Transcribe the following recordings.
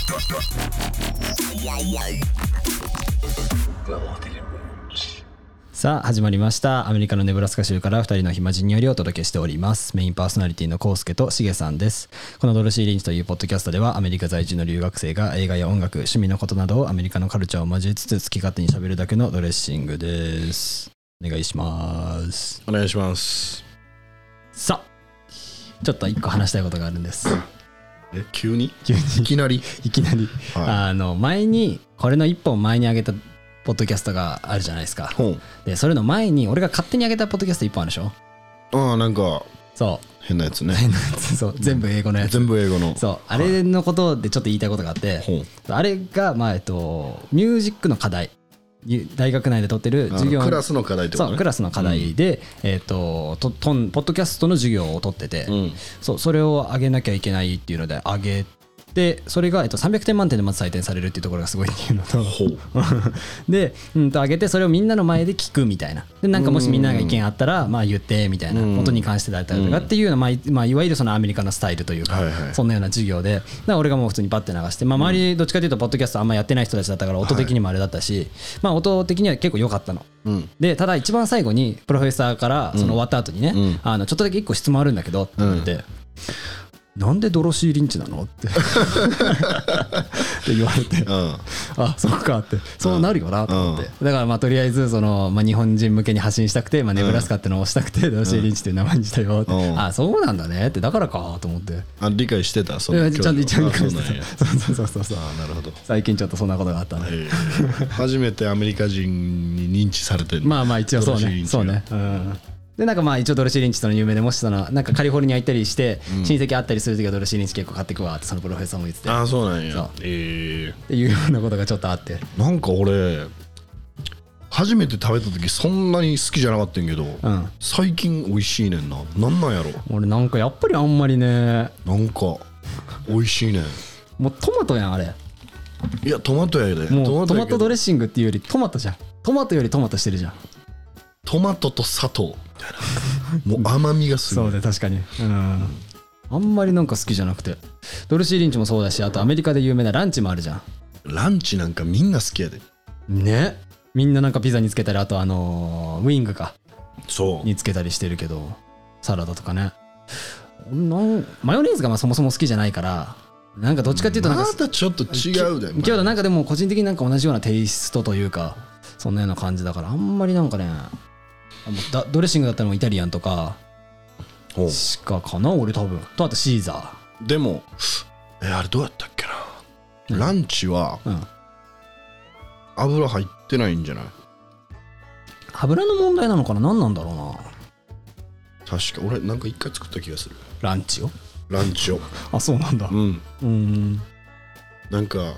さあ始まりました。アメリカのネブラスカ州から2人の暇人によりお届けしております。メインパーソナリティのコウスケとシゲさんです。このドルシー・リンチというポッドキャストではアメリカ在住の留学生が映画や音楽、趣味のことなどをアメリカのカルチャーを交えつつ好き勝手に喋るだけのドレッシングです。お願いします。 お願いします。 さあちょっと1個話したいことがあるんです。 急にいきなり、 はい、前にこれの1本前に上げたポッドキャストがあるじゃないですか。でそれの前に俺が勝手に上げたポッドキャスト1本あるでしょ。 ああ、なんかそう変なやつね。 そう全部英語のやつ。 全部英語の。 そうあれのことでちょっと言いたいことがあって、あれがミュージックの課題、大学内で取ってる授業、 クラスの課題ってことね。 そうクラスの課題で、ポッドキャストの授業を取ってて、それを上げなきゃいけないっていうので上げでそれが300点満点でまず採点されるっていうところがすごいっていうのとで、上げてそれをみんなの前で聞くみたいな。でなんかもしみんなが意見あったらまあ言ってみたいなことに関してだったりとかっていうような、いわゆるそのアメリカのスタイルというか、そんなような授業で、だから俺がもう普通にパッて流して、周りどっちかというとポッドキャストあんまやってない人たちだったから音的にもあれだったし、音的には結構良かったの。でただ一番最後にプロフェッサーからその終わった後にね、ちょっとだけ一個質問あるんだけどって言って、なんでドロシー・リンチなのってって言われて、あ、そっかって、そうなるよなと思って、だからとりあえずその、日本人向けに発信したくて、ネブラスカってのをしたくて、ドロシー・リンチっていう名前にしたよって、あ、そうなんだねって、だからかと思って。 あ、理解してた。 ちゃんと理解してた。そうなるほど。 最近ちょっとそんなことがあったね。 初めてアメリカ人に認知されてる。 一応そうね。でなんか一応ドルシー・リンチとの有名で、もしそのなんかカリフォルニア行ったりして親戚会ったりするときはドルシー・リンチ結構買ってくわってそのプロフェッサーも言ってて、 ああそうなんや。 っていうようなことがちょっとあって、 なんか俺初めて食べた時そんなに好きじゃなかったんけど、最近美味しいねんな。なんなんやろ。 俺なんかやっぱりあんまりね、 なんか美味しいねん。 もうトマトやんあれ。 いやトマトやで。 もうトマトドレッシングっていうよりトマトじゃん。トマトよりトマトしてるじゃん。 トマトと砂糖もう甘みがすごい。 そうで確かに、あんまりなんか好きじゃなくて。ドルシー・リンチもそうだし、あとアメリカで有名なランチもあるじゃん。 ランチなんかみんな好きやでね。みんななんかピザにつけたり、あとウィングかそうにつけたりしてるけど、サラダとかね。マヨネーズがそもそも好きじゃないから、なんかどっちかっていうとなんかまたちょっと違うで。 けどなんかでも個人的になんか同じようなテイストというか、そんなような感じだから、あんまりなんかね、ドレッシングだったらもイタリアンとかしかかな俺多分と、あとシーザー。でもあれどうやったっけな、ランチは油入ってないんじゃない。 油の問題なのかな、何なんだろうな。 確か俺なんか一回作った気がする、 ランチを。 あ、そうなんだ。 なんか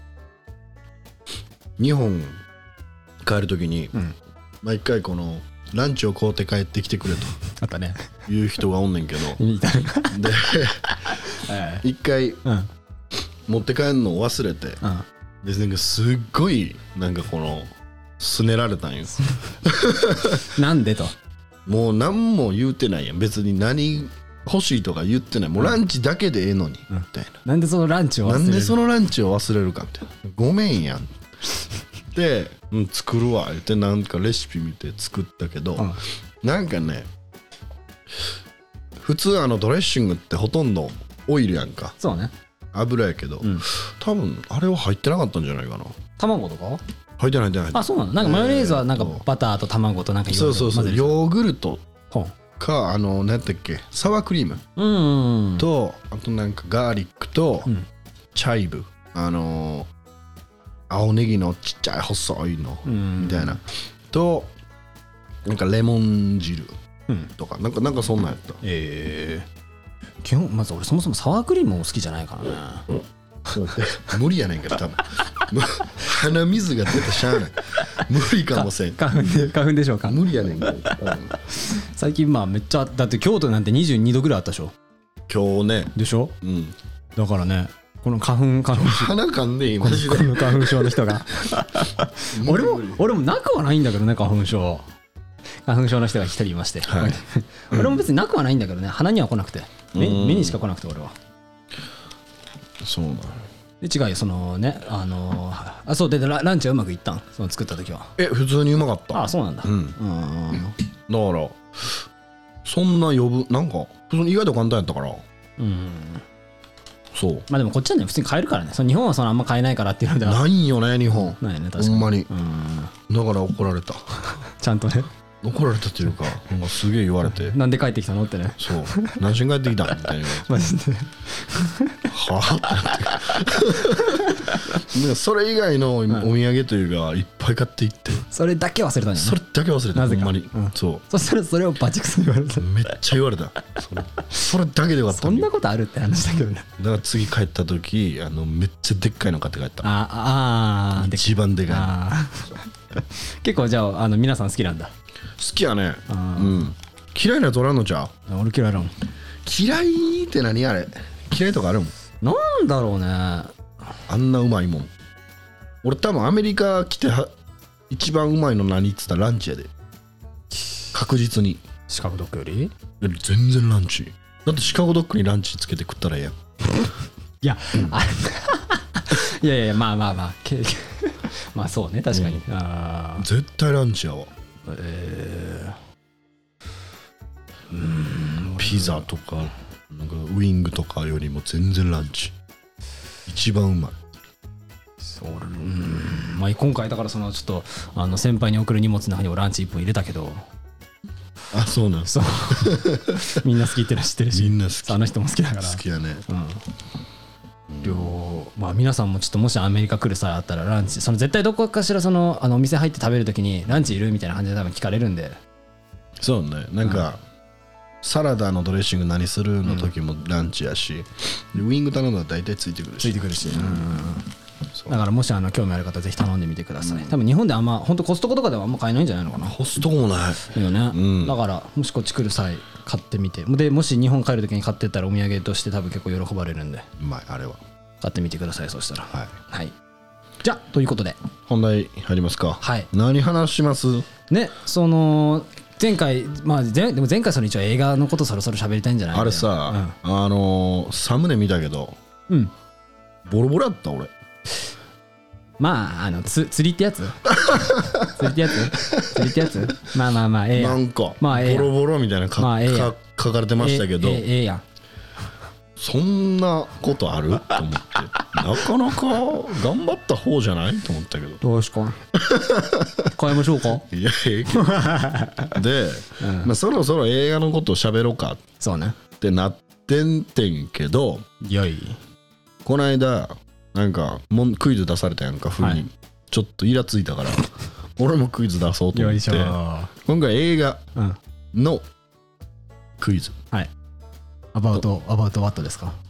日本帰るときに、毎回このランチを買うて帰ってきてくれとあったねいう人がおんねんけどで一回持って帰るのを忘れて、でなんかすっごいなんかこのすねられたんよなんでと。 もう何も言うてないやん別に。何欲しいとか言ってない。もうランチだけでええのにみたいな。 なんでそのランチを忘れるかみたいな。ごめんやんで、作るわってなんかレシピ見て作ったけど、なんかね、普通ドレッシングってほとんどオイルやんか。 そうね。 油やけど、多分あれは入ってなかったんじゃないかな。 卵とか入ってない。 あ、そうなの。なんかマヨネーズはなんかバターと卵となんかいろいろ混ぜる。 ヨーグルトか何やったっけ、サワークリームと、あとなんかガーリックとチャイブ、青ネギのちっちゃい細いのみたいなと、なんかレモン汁とか、なんかそんなんやった。 基本まず俺そもそもサワークリームも好きじゃないからね。 無理やねんけど多分鼻水が出てしゃあない。無理かもせん。 花粉でしょうか。 無理やねんけど最近めっちゃ、だって京都なんて22度ぐらいあったでしょ今日ね。 でしょ。だからね、この花粉鼻かんでいいマジで。 この花粉症の人が俺もなくはないんだけどね、花粉症の人が一人いまして、俺も別になくはないんだけどね、鼻には来なくて、目にしか来なくて俺は。 そうなの。 で違うよそのねそうでランチはうまくいったんその作った時は。 普通にうまかった。 あそうなんだ。 だからそんな呼ぶなんか普通に意外と簡単やったから。そうまあでもこっちはね普通に買えるからね。その日本はそのあんま買えないからっていうのではないんよね日本。 ないね確かに。 ほんまに。だから怒られた。 ちゃんとね怒られたっていうかなんかすげえ言われてなんで帰ってきたのってね。 そう何しに帰ってきたんみたいなマジではあってなってそれ以外のお土産というかいっぱい買っていってそれだけ忘れたんやね。 それだけ忘れた。 なぜかほんまにそうそしたらそれをバチクソに言われた。 めっちゃ言われた。それだけでよかった。 そんなことあるって話だけどね。 だから次帰った時めっちゃでっかいの買って帰った。一番でかいの。 結構じゃあ皆さん好きなんだ。 好きやね。嫌いなやつおらんのちゃう。 俺嫌いだもん。 嫌いって何あれ。嫌いとかあるもん。 なんだろうね。 あんなうまいもん。俺多分アメリカ来て一番うまいの何っつったらランチやで。確実に。 シカゴドッグより全然ランチ。だってシカゴドッグにランチつけて食ったらええやん。 いや、いやいやまあまあそうね確かに。 絶対ランチやわ。ピザとかなんかウイングとかよりも全然ランチ一番うまい。 まあ今回だからそのちょっと先輩に送る荷物の中にもランチ1本入れたけど。 あそうなんそうみんな好きっての知ってるしみんな好き。 あの人も好きだから好きやね。 まあ皆さんもちょっともしアメリカ来る際あったらランチその絶対どこかしらそのお店入って食べるときにランチいるみたいな感じで多分聞かれるんで。 そうねなんか、サラダのドレッシング何するの時もランチやし、ウイング頼んだら大体ついてくるしだからもし興味ある方ぜひ頼んでみてください。多分日本であんま本当コストコとかではあんま買えないんじゃないのかな。 コストコもないよね、だからもしこっち来る際買ってみてでもし日本帰る時に買ってったらお土産として多分結構喜ばれるんでうまいあれは買ってみてください。そしたらはいじゃあということで本題入りますか。 はい何話しますね。その前回でも前回その一応映画のことそろそろ喋りたいんじゃない。 あれさ、サムネ見たけどボロボロやった俺。 まあ釣りってやつ釣りってやつまあなんかボロボロみたいな書かれてましたけどやんそんなことあると思ってなかなか頑張った方じゃないと思ったけど確かに変えましょうか。 いやで、そろそろ映画のことを喋ろうかそうねってなってんけどこの間なんかクイズ出されたやんか風にちょっとイラついたから俺もクイズ出そうと思って今回映画のクイズ。 アバウトワットですか。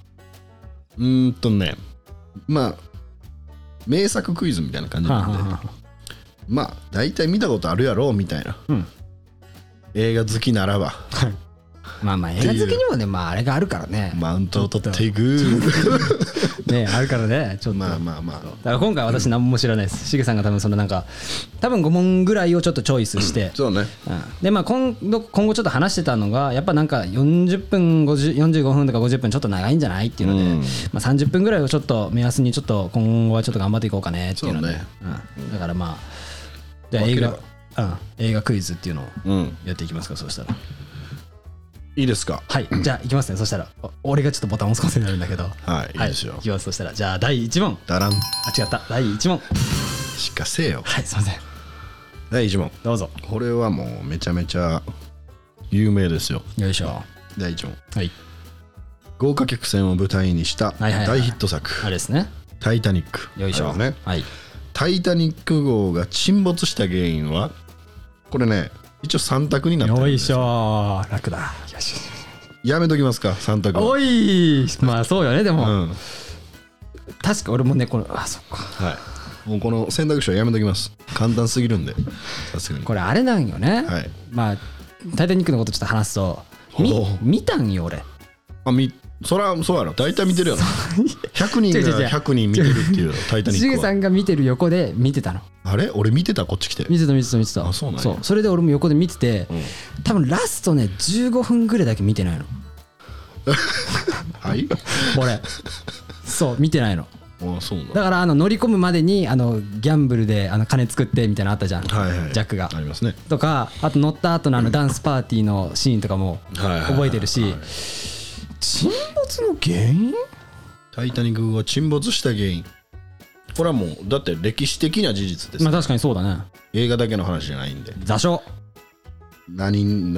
まあ名作クイズみたいな感じなんでまあ大体見たことあるやろみたいな映画好きならばまあ映画好きにもねあれがあるからねマウントを取っていくねあるからねちょっとまあだから今回私何も知らないです。しげさんが多分その多分5問ぐらいをちょっとチョイスしてそうねで今後ちょっと話してたのがやっぱ40分45分とか50分ちょっと長いんじゃないっていうので30分ぐらいをちょっと目安にちょっと今後はちょっと頑張っていこうかねっていうのでだからじゃあ映画クイズっていうのをやっていきますか。そうしたらいいですか。 はいじゃあいきますね。そしたら俺がちょっとボタン押すことになるんだけどいいですよ。 いきます。そしたらじゃあ第1問だらん違った第1問しかせえよ。 はいすいません第1問どうぞ。 これはもうめちゃめちゃ有名ですよ。 よいしょ。 第1問豪華客船を舞台にした大ヒット作あれですねタイタニック。 よいしょねタイタニック号が沈没した原因はこれね一応3択になってるんですよ。 よいしょ楽だ。よしやめときますか3択は。 おいまあそうよねでも確か俺もねそっかもうこの選択肢はやめときます。簡単すぎるんでさすがにこれあれなんよね。まあタイタニックのことちょっと話すと見たんよ俺。 そりゃそうやろ大体見てるやろ100人が100人見てるっていうタイタニックはしげさんが見てる横で見てたの。 あれ俺見てたこっち来て見てたあそうなんや。 それで俺も横で見てて多分ラストね15分ぐらいだけ見てないのはい俺そう見てないのあ、そうなんだから乗り込むまでにギャンブルで金作ってみたいなのあったじゃん、 はいはい、 ジャックがありますね。 とか、あと乗った後のダンスパーティーのシーンとかも覚えてるし、沈没の原因、 タイタニックが沈没した原因、これはもうだって歴史的な事実です、ね。 まあ確かにそうだね。 映画だけの話じゃないんで。 座礁。 何に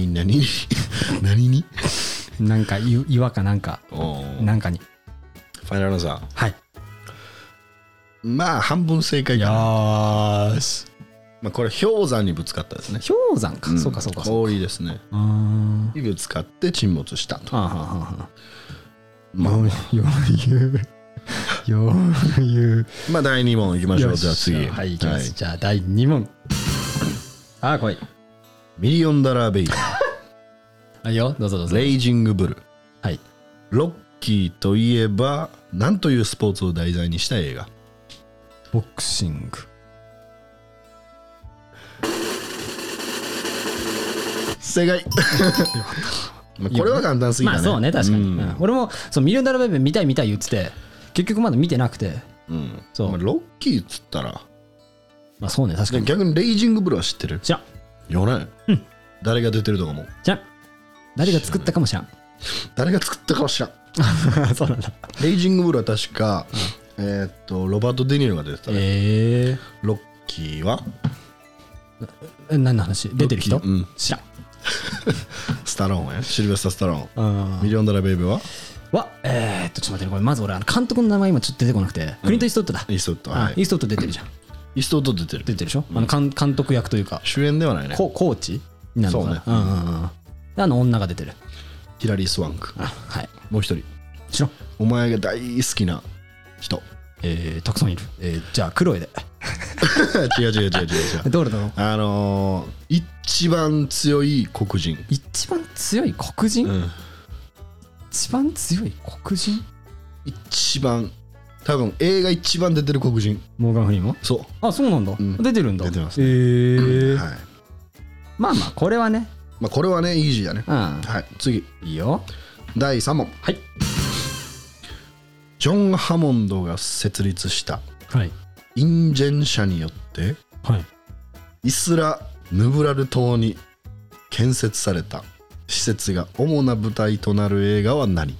なんか岩かなんかに。 ファイナルアンサー。 はい。 まあ半分正解かな。 よし。 まあこれ氷山にぶつかったですね。 氷山か、そうかそうか。 氷ですね。にぶつかって沈没したと。まあ余裕。 まあ第2問いきましょう。じゃあ次。 はい、いきます。じゃあ第2問。来い。 ミリオンダラーベイビー。 はいよ、どうぞどうぞ。 レイジングブル。 はい。 ロッキーといえば何というスポーツを題材にした映画？ ボクシング。 正解。これは簡単すぎたね。 まあそうね、確かに。俺もミリオンダラーベイビー見たい言ってて、結局まだ見てなくて。 そう。ロッキーっつったら、 まあそうね、確かに。 逆にレイジングブルは知ってる？ 知らん。 よね。誰が出てるとかも知らん。誰が作ったかも知らん。 誰が作ったかも知らん。 そうなんだ。 レイジングブルは確かロバート・デ・ニーロが出てたね。ロッキーは何の話？出てる人？知らん。 スタローンや。シルベスタ・スタローン。ミリオンダラーベイビーはちょっと待ってね、これまず俺監督の名前今ちょっと出てこなくて、クリント・イーストウッドだ。 イーストウッド、はい。 イーストウッド出てるじゃん。 イーストウッド出てる。 出てるでしょ。監督役というか主演ではないね。 コーチになるのかな。女が出てる。 ヒラリー・スワンク。 はい。 もう一人。 知らん。 お前が大好きな人。 たくさんいる。じゃあクロエで。 違う。 どれだろう？一番強い黒人。 一番強い黒人？一番強い黒人？ 一番多分映画一番出てる黒人。 モーガン・フリーマン？ そう。 あ、そうなんだ。出てるんだ。 出てます。 はい。まあこれはね。 まあこれはね、イージーだね。はい。次。 いいよ。 第3問。 はい。 ジョン・ハモンドが設立したインジェン社によってイスラ・ヌブラル島に建設された施設が主な舞台となる映画は何？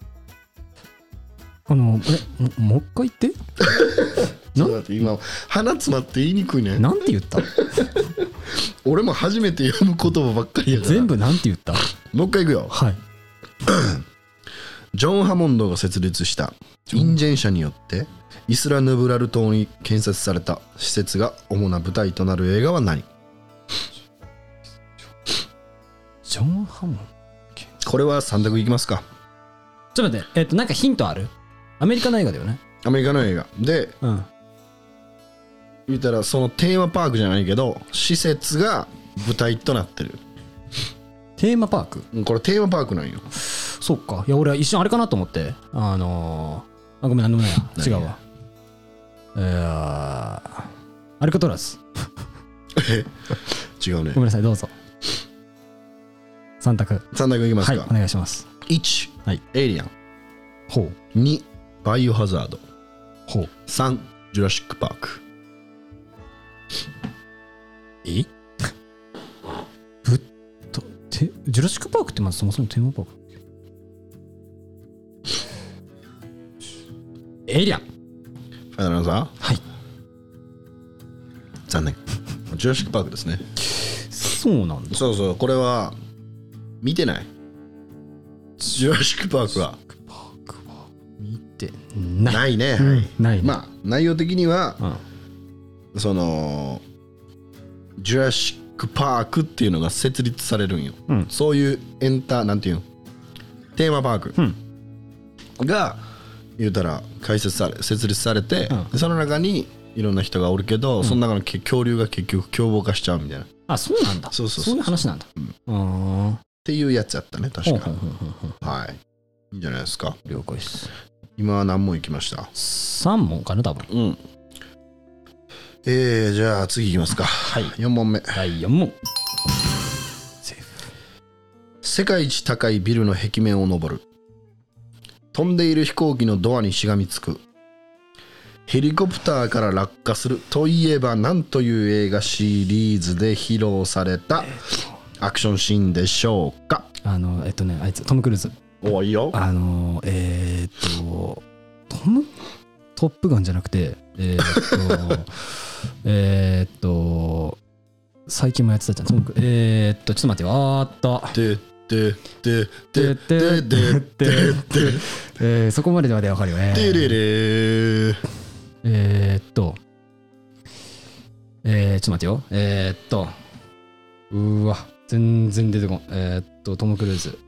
もう一回言って。 今鼻詰まって言いにくいね。 なんて言った？ 俺も初めて読む言葉ばっかりやから。 全部なんて言った？ もう一回いくよ。 はい。 ジョン・ハモンドが設立したインジェン社によってイスラ・ヌブラル島に建設された施設が主な舞台となる映画は何？ ジョン・ハモン。 これは3択いきますか。 ちょっと待って、なんかヒントある？アメリカの映画だよね。 アメリカの映画で、言ったらそのテーマパークじゃないけど施設が舞台となってる。 テーマパーク？ これテーマパークなんよ。 そっか。いや俺は一瞬あれかなと思って、ごめん、なんでもないや。違うわ。アルカトラス。 違うね。 ごめんなさい、どうぞ。3択いきますか。 はい、お願いします。 1、 はい、 エイリアン。 ほう。2、バイオハザード。 ほう。 3、ジュラシックパーク。 ジュラシックパークってまずそもそもテーマパーク？エイリアン。 ファイナルアンサー？ はい。 残念。ジュラシックパークですね。 そうなんだ。 そう、これは見てない。ジュラシックパークは見てないね。 ないね。 まあ内容的には、そのジュラシックパークっていうのが設立されるんよ。そういうなんていうの、テーマパークが言うたら設立されて、その中にいろんな人がおるけど、その中の恐竜が結局凶暴化しちゃうみたいな。 あ、そうなんだ。そういう話なんだ。 っていうやつやったね、確か。はい。いいんじゃないですか。 了解です。 今は何問いきました？ 3 問かな、多分。 じゃあ次いきますか。 はい。 4問目。 第4問。 世界一高いビルの壁面を登る。飛んでいる飛行機のドアにしがみつく。 ヘリコプターから落下するといえば何という映画シリーズで披露されたアクションシーンでしょうか。 あいつトム・クルーズ。 おいよ。 トップガンじゃなくて最近もやってたじゃん。ちょっと待ってよ。そこまででわかるよね。ちょっと待ってよ。うわ、全然出てこん。トム・クルーズ。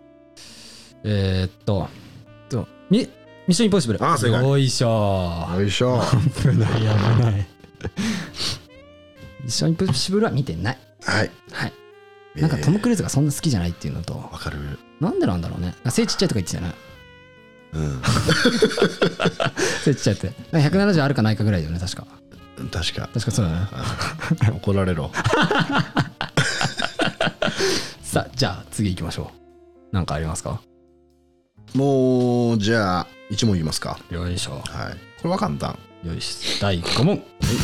ミッションインポッシブル。 あ、正解。 よいしょ。 よいしょ。 危ない、危ない。ミッションインポッシブルは見てない。 はい。 はい。なんかトム・クルーズがそんな好きじゃないっていうのと。 わかる。 なんでなんだろうね。背ちっちゃいとか言ってたよね。 うん。 背ちっちゃいって。170あるかないかぐらいだよね、確か。 確かそうだね。 怒られろ。 さあ、じゃあ次行きましょう。なんかありますか？ もうじゃあ1問いきますか。 よいしょ。 はい。これは簡単。 よし。第5問。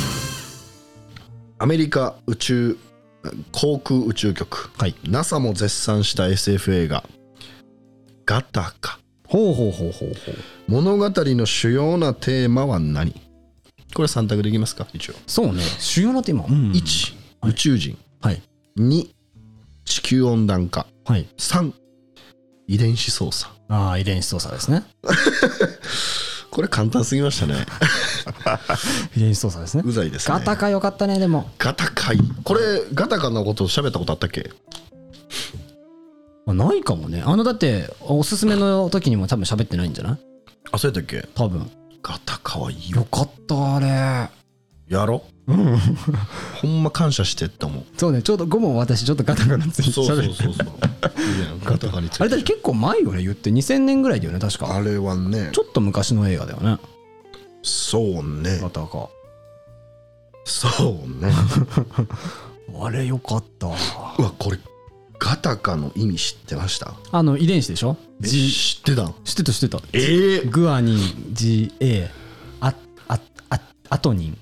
アメリカ航空宇宙局、 はい、 NASA も絶賛した SF 映画ガタカ。 ほう。 物語の主要なテーマは何？これ3択できますか？一応。 そうね。主要なテーマ。 1、宇宙人。 はい。 2、地球温暖化。 はい。 3、遺伝子操作。 ああ、遺伝子操作ですね。 これ簡単すぎましたね。 遺伝子操作ですね。 うざいですね。 ガタカよかったね。でもガタカこれガタカのこと喋ったことあったっけ？ ないかもね。だっておすすめの時にも多分喋ってないんじゃない？ あ、そうやったっけ？ 多分。 ガタカはいいよかったあれ。 やろ？ほんま感謝してって思う。 そうね。ちょうど5問私ちょっとガタカについて喋る。そうガタカについて。 あれだって結構前よね。言って2000年ぐらいだよね確か。 あれはね。 ちょっと昔の映画だよね。 そうね。 ガタカ。 そうね。 あれよかった。うわ、これガタカの意味知ってました？ 遺伝子でしょ？ 知ってた？ 知ってた。 グアニン GA アトニン、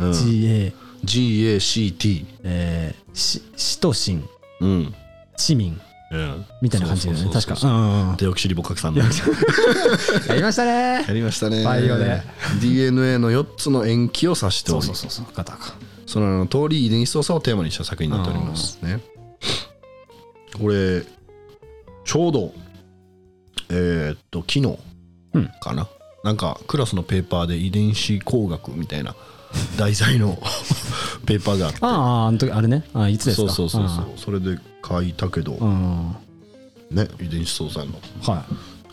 GACT シトシン、チミンみたいな感じだよね確か。 デオキシリボ核酸のやりましたね。 やりましたね。 バイオで DNA の4つの塩基を指しており、 そうガタカ。 その名の通り遺伝子操作をテーマにした作品になっておりますね。これちょうど昨日かな、なんかクラスのペーパーで遺伝子工学みたいな題材のペーパーがあって、 あの時あれね、いつですか？ そうそれで書いたけどね、遺伝子操作の、はい、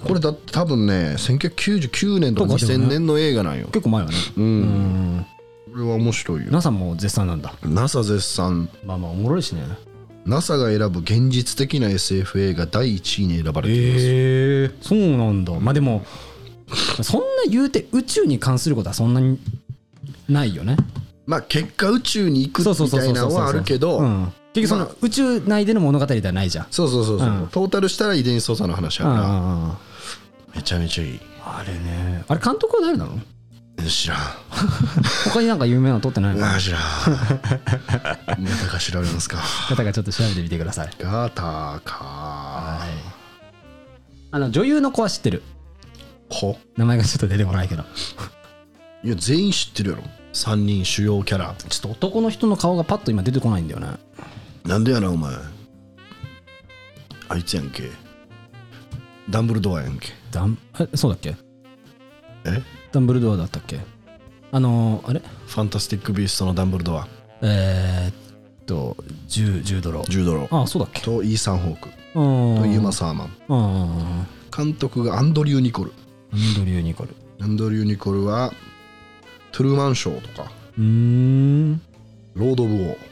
これだって多分ね1999年とか2000年の映画なんよ。 結構前はね。 これは面白いよ。 NASA も絶賛なんだ。 NASA 絶賛。 まあおもろいしね。 NASA が選ぶ現実的な SF 映画第1位に選ばれています。 そうなんだ。まあでもそんな言うて宇宙に関することはそんなにないよね。 まあ結果宇宙に行くみたいなのはあるけど、 結局その宇宙内での物語ではないじゃん。 そう、トータルしたら遺伝子操作の話だからめちゃめちゃいい。あれね。あれ監督は誰なの？ 知らん。 他になんか有名なの撮ってないの？ 知らん。ガタカ調べますか？ ガタカちょっと調べてみてください。 ガタカ。 女優の子は知ってる。名前がちょっと出てこないけど。 いや全員知ってるやろ。3人主要キャラ。 ちょっと男の人の顔がパッと今出てこないんだよね。 なんでやなお前。あいつやんけ。ダンブルドアやんけ。 そうだっけ？ダンブルドアだったっけ？あれ？ ファンタスティック・ビーストのダンブルドア。 ジュードロー。あ、そうだっけ？ とイーサン・ホークとユマ・サーマン。監督がアンドリュー・ニコル。アンドリュー・ニコルはトゥルーマンショーとかロード・オブ・ウォ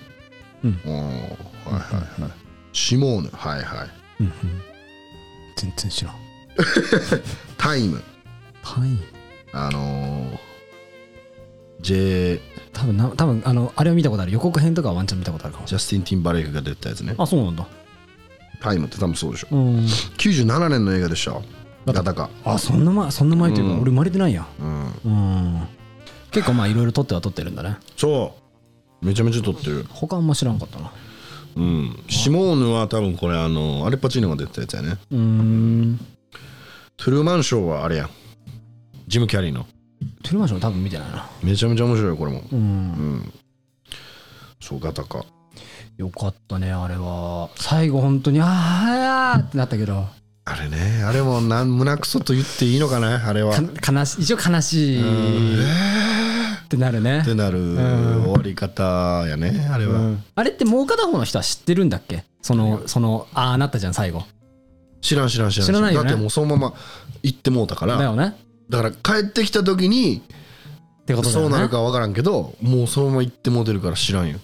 ー、シモーヌ、 全然知らん。 タイム、 多分あれを見たことある。予告編とかはワンチャン見たことあるかも。 ジャスティン・ティンバレイクが出たやつね。 あ、そうなんだ。 タイムって多分そうでしょ。97年の映画でした。ガタカ。 あ、そんな前というか俺生まれてないや。 結構まあいろいろ撮ってるんだね。 そうめちゃめちゃ撮ってる。 他あんま知らんかったな。 うん。シモーヌは多分これアレパチーノが出てたやつやね。トゥルーマンショーはあれや、ジム・キャリーの。 トゥルーマンショー多分見てないな。 めちゃめちゃ面白いよこれも。そうガタカよかったねあれは。最後本当にあーってなったけど、 あれね、あれも胸くそと言っていいのかな、あれは。 一応悲しいってなるね。 ってなる終わり方やね、あれは。 あれってもう片方の人は知ってるんだっけ？ああなったじゃん最後。知らないよね。 だってもうそのまま行ってもうたから。 だよね。だから帰ってきた時にってことだよね。そうなるか分からんけど、もうそのまま行ってもうてるから知らんよ。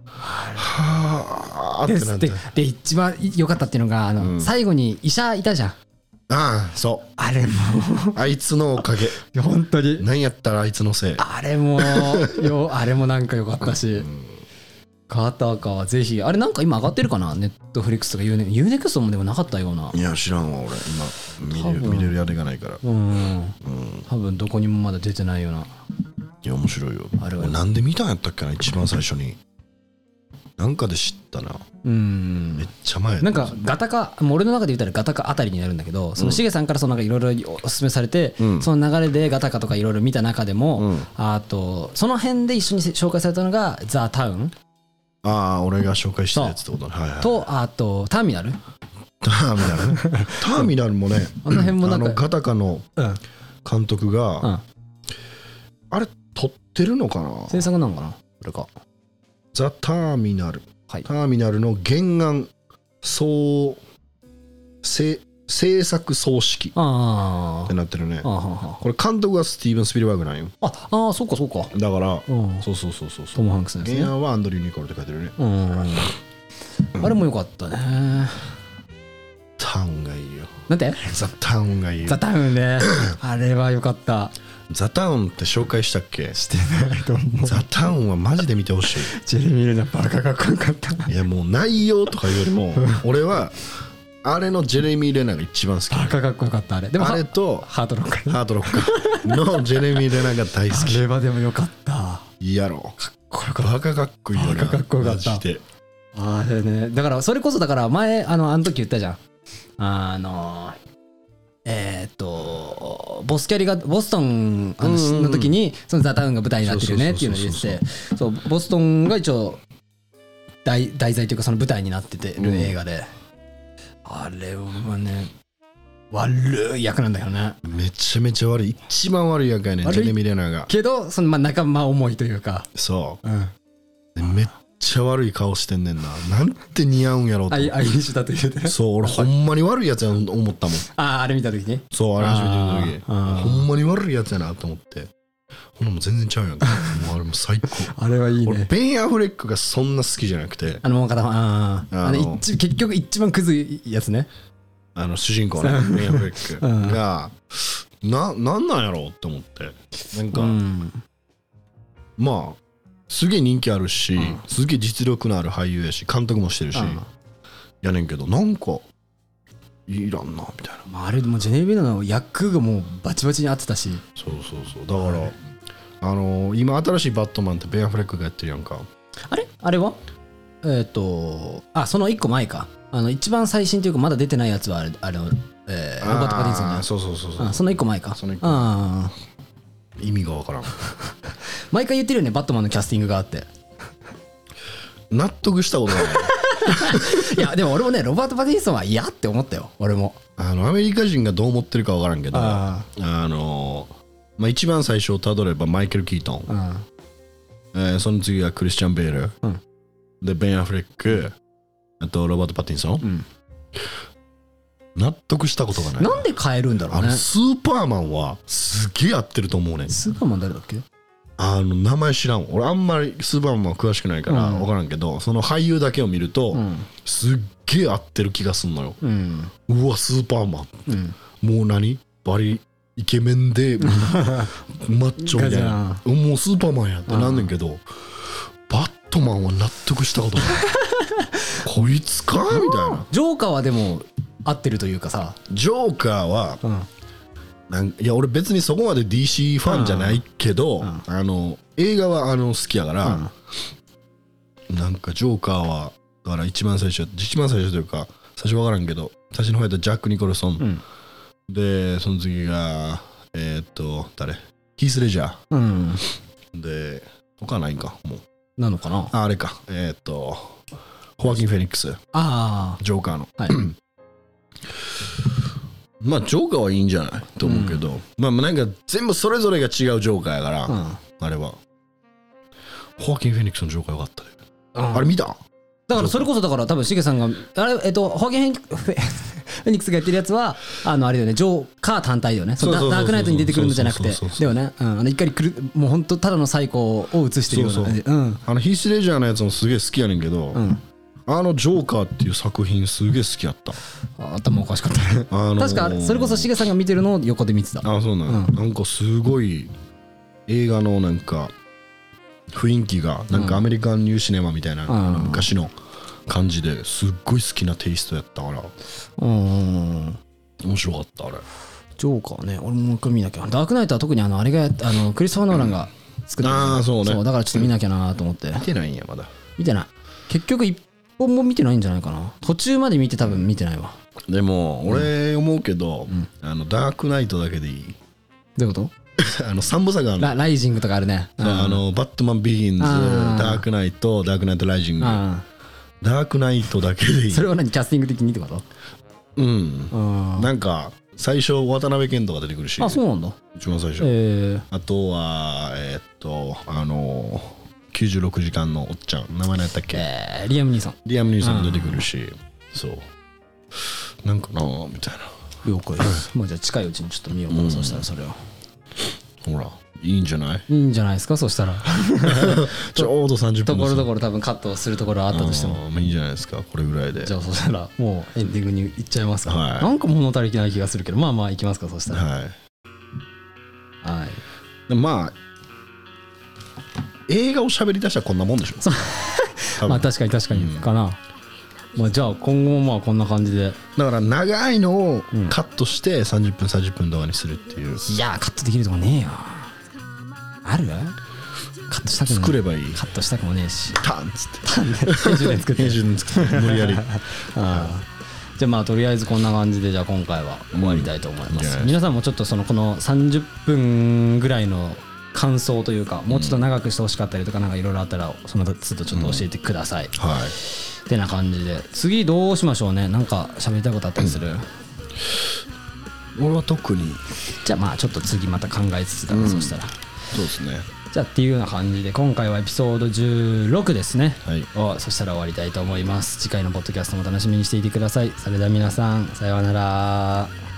はあってなって。 で一番良かったっていうのが最後に医者いたじゃん。 ああそう。 あれもあいつのおかげ。 本当に。 何やったらあいつのせい。 あれもなんか良かったし。ガタカはぜひ、あれなんか今上がってるかな、ネットフリックスとかユーネクストもでもなかったような。 いや知らんわ俺今見れるやれがないから。 多分どこにもまだ出てないような。 いや面白いよ。あれはなんで見たんやったっけな、一番最初になんかで知ったな。めっちゃ前なんかガタカ、俺の中で言ったらガタカあたりになるんだけど、そのシゲさんからいろいろおすすめされて、その流れでガタカとかいろいろ見た中でも、あとその辺で一緒に紹介されたのがザ・タウン。 ああ俺が紹介したやつってことね。 とあとターミナルね。ターミナルもね、 あの辺もなんかガタカの監督があれ撮ってるのかな、 制作なのかなこれか。 ザ・ターミナル、ターミナルの原案制作総指揮ってなってるね。これ監督がスティーブン・スピルバーグなんよ。 ああそうかだからそうトム・ハンクスですね。 原案はアンドリュー・ニコルって書いてるね。 あれもよかったね。 タウンがいいよ。 なんて？ ザ・タウンがいいよ。 ザ・タウンね。あれはよかった。 ザ・タウンって紹介したっけ？ してないと思う。 ザ・タウンはマジで見てほしい。 ジェレミー・レナバカかっこよかった。 いやもう内容とかよりも俺はあれのジェレミー・レナが一番好き。 バカかっこよかったあれ。でもあれとハートロッカーのジェレミー・レナが大好き。 あれはでもよかった。 いいやろ。 かっこよかった。 バカかっこいいよな。 バカかっこよかった。あれね。だからそれこそだから前あの時言ったじゃん。ボスキャリがボストンの時にそのザ・タウンが舞台になってるよねっていうのを言ってて、そうボストンが一応題材というかその舞台になっててる映画で、あれはね悪い役なんだよね。 めちゃめちゃ悪い、一番悪い役やねジェレミー・レナーが。 けどその仲間思いというか、 そうめっちゃ悪い顔してんねんな。なんて似合うんやろうと。 愛にしたというね。 そう俺ほんまに悪いやつやと思ったもん。 あれ見た時に。 そうあれ初めて見た時ほんまに悪いやつやなと思って、ほんなも全然ちゃうやん。もうあれも最高。 あれはいいね。 俺ベン・アフレックがそんな好きじゃなくて、 もう片結局一番クズいやつね。 主人公のベン・アフレックがなんなんやろうって思って、なんかまあすげえ人気あるし、すげえ実力のある俳優やし監督もしてるしやねんけど、なんかいらんなみたいな。 あれもジェネビーの役がもうバチバチに合ってたし。 そうだから今新しいバットマンってベン・アフレックがやってるやんか。 あれはその1個前か。一番最新というかまだ出てないやつはロバート・パティンソンね。 そうその1個前か。 意味がわからん。 毎回言ってるよね、バットマンのキャスティングがあって。 納得したことない。 いやでも俺もねロバート・パティンソンは嫌って思ったよ俺も。 アメリカ人がどう思ってるかわからんけど、一番最初をたどればマイケル・キートン、その次がクリスチャン・ベール、でベン・アフレック、あとロバート・パティンソン、納得したことがない。 なんで変えるんだろうね。 スーパーマンはすげえ合ってると思うね。 スーパーマン誰だっけ？ 名前知らん。俺あんまりスーパーマンは詳しくないから分からんけど、その俳優だけを見るとすっげえ合ってる気がすんのよ。うわスーパーマン、もう何バリイケメンでマッチョみたいな、もうスーパーマンやってなんねんけど、バットマンは納得したことない。こいつかみたいな。 ジョーカーはでも合ってるというかさ、 ジョーカーはいや俺別にそこまで DC ファンじゃないけど、映画は好きやから、なんかジョーカーはだから一番最初というか最初分からんけど最初の方やったらジャック・ニコルソン、でその次が誰ヒース・レジャー、で他ないんかもうなのかなあれかホアキン・フェニックス、ジョーカーの、まあジョーカーはいいんじゃないと思うけど、まあなんか全部それぞれが違うジョーカーやから、あれはホアキン・フェニックスのジョーカーよかったで、あれ見た？ だからそれこそだから多分シゲさんがあれホアキン・フェニックスがやってるやつはあれだよね、ジョーカー単体だよね、ダークナイトに出てくるんじゃなくてだよね、一回もう本当ただのサイコを映してるような感じ。 ヒース・レジャーのやつもすげえ好きやねんけど、ジョーカーっていう作品すげえ好きやった。 頭おかしかったね確かそれこそシゲさんが見てるのを横で見てた。 そうなん、なんかすごい映画のなんか雰囲気がなんかアメリカンニューシネマみたいな昔の感じですっごい好きなテイストやったから面白かった。あれジョーカーね、俺もう一回見なきゃ。ダークナイトは特にあれがクリストファー・ノーランが作ってる、そうだからちょっと見なきゃなと思って。 見てないんやまだ。 見てない、結局一本も見てないんじゃないかな。途中まで見て多分見てないわ。 でも俺思うけど、ダークナイトだけでいい。 どういうこと 3部作があるの。 ライジングとかあるね。 バットマンビギンズ、ダークナイト、ダークナイトライジング、ダークナイトだけでいい。 それは何、キャスティング的にってこと？ なんか最初渡辺謙とか出てくるし。 そうなんだ。 一番最初。あとは96時間のおっちゃん、名前何やったっけ？ リアム・ニーさん。 リアム・ニーさん出てくるし、そうなんかなみたいな。 了解です。もうじゃあ近いうちにちょっと見ようかな。そしたらそれはほらいいんじゃない？ いいんじゃないですか。そしたらちょうど30分ところどころ多分カットするところあったとしてもいいんじゃないですか、これぐらいで。 じゃあそしたらもうエンディングにいっちゃいますか。なんか物足りない気がするけど、まあまあいきますか。そしたらはいでまあ映画を喋り出したらこんなもんでしょまあ確かにかな。まあじゃあ今後もまあこんな感じで、 だから長いのをカットして30分動画にするっていう。 いやカットできるとこねえよ。ある？カットしたくも作ればいい。 カットしたくもねえし、 タンっつって編集で作って無理やりじゃあまあとりあえずこんな感じでじゃあ今回は終わりたいと思います。皆さんもちょっとこの30分ぐらいの感想というか、もうちょっと長くしてほしかったりとかなんかいろいろあったらその都度ちょっと教えてください。ってな感じで次どうしましょうね。なんか喋りたいことあったりする？ 俺は特に。 じゃあまあちょっと次また考えつつだな。そしたらそうですね。 じゃあっていうような感じで今回はエピソード16ですね、そしたら終わりたいと思います。次回のポッドキャストも楽しみにしていてください。それでは皆さんさようなら。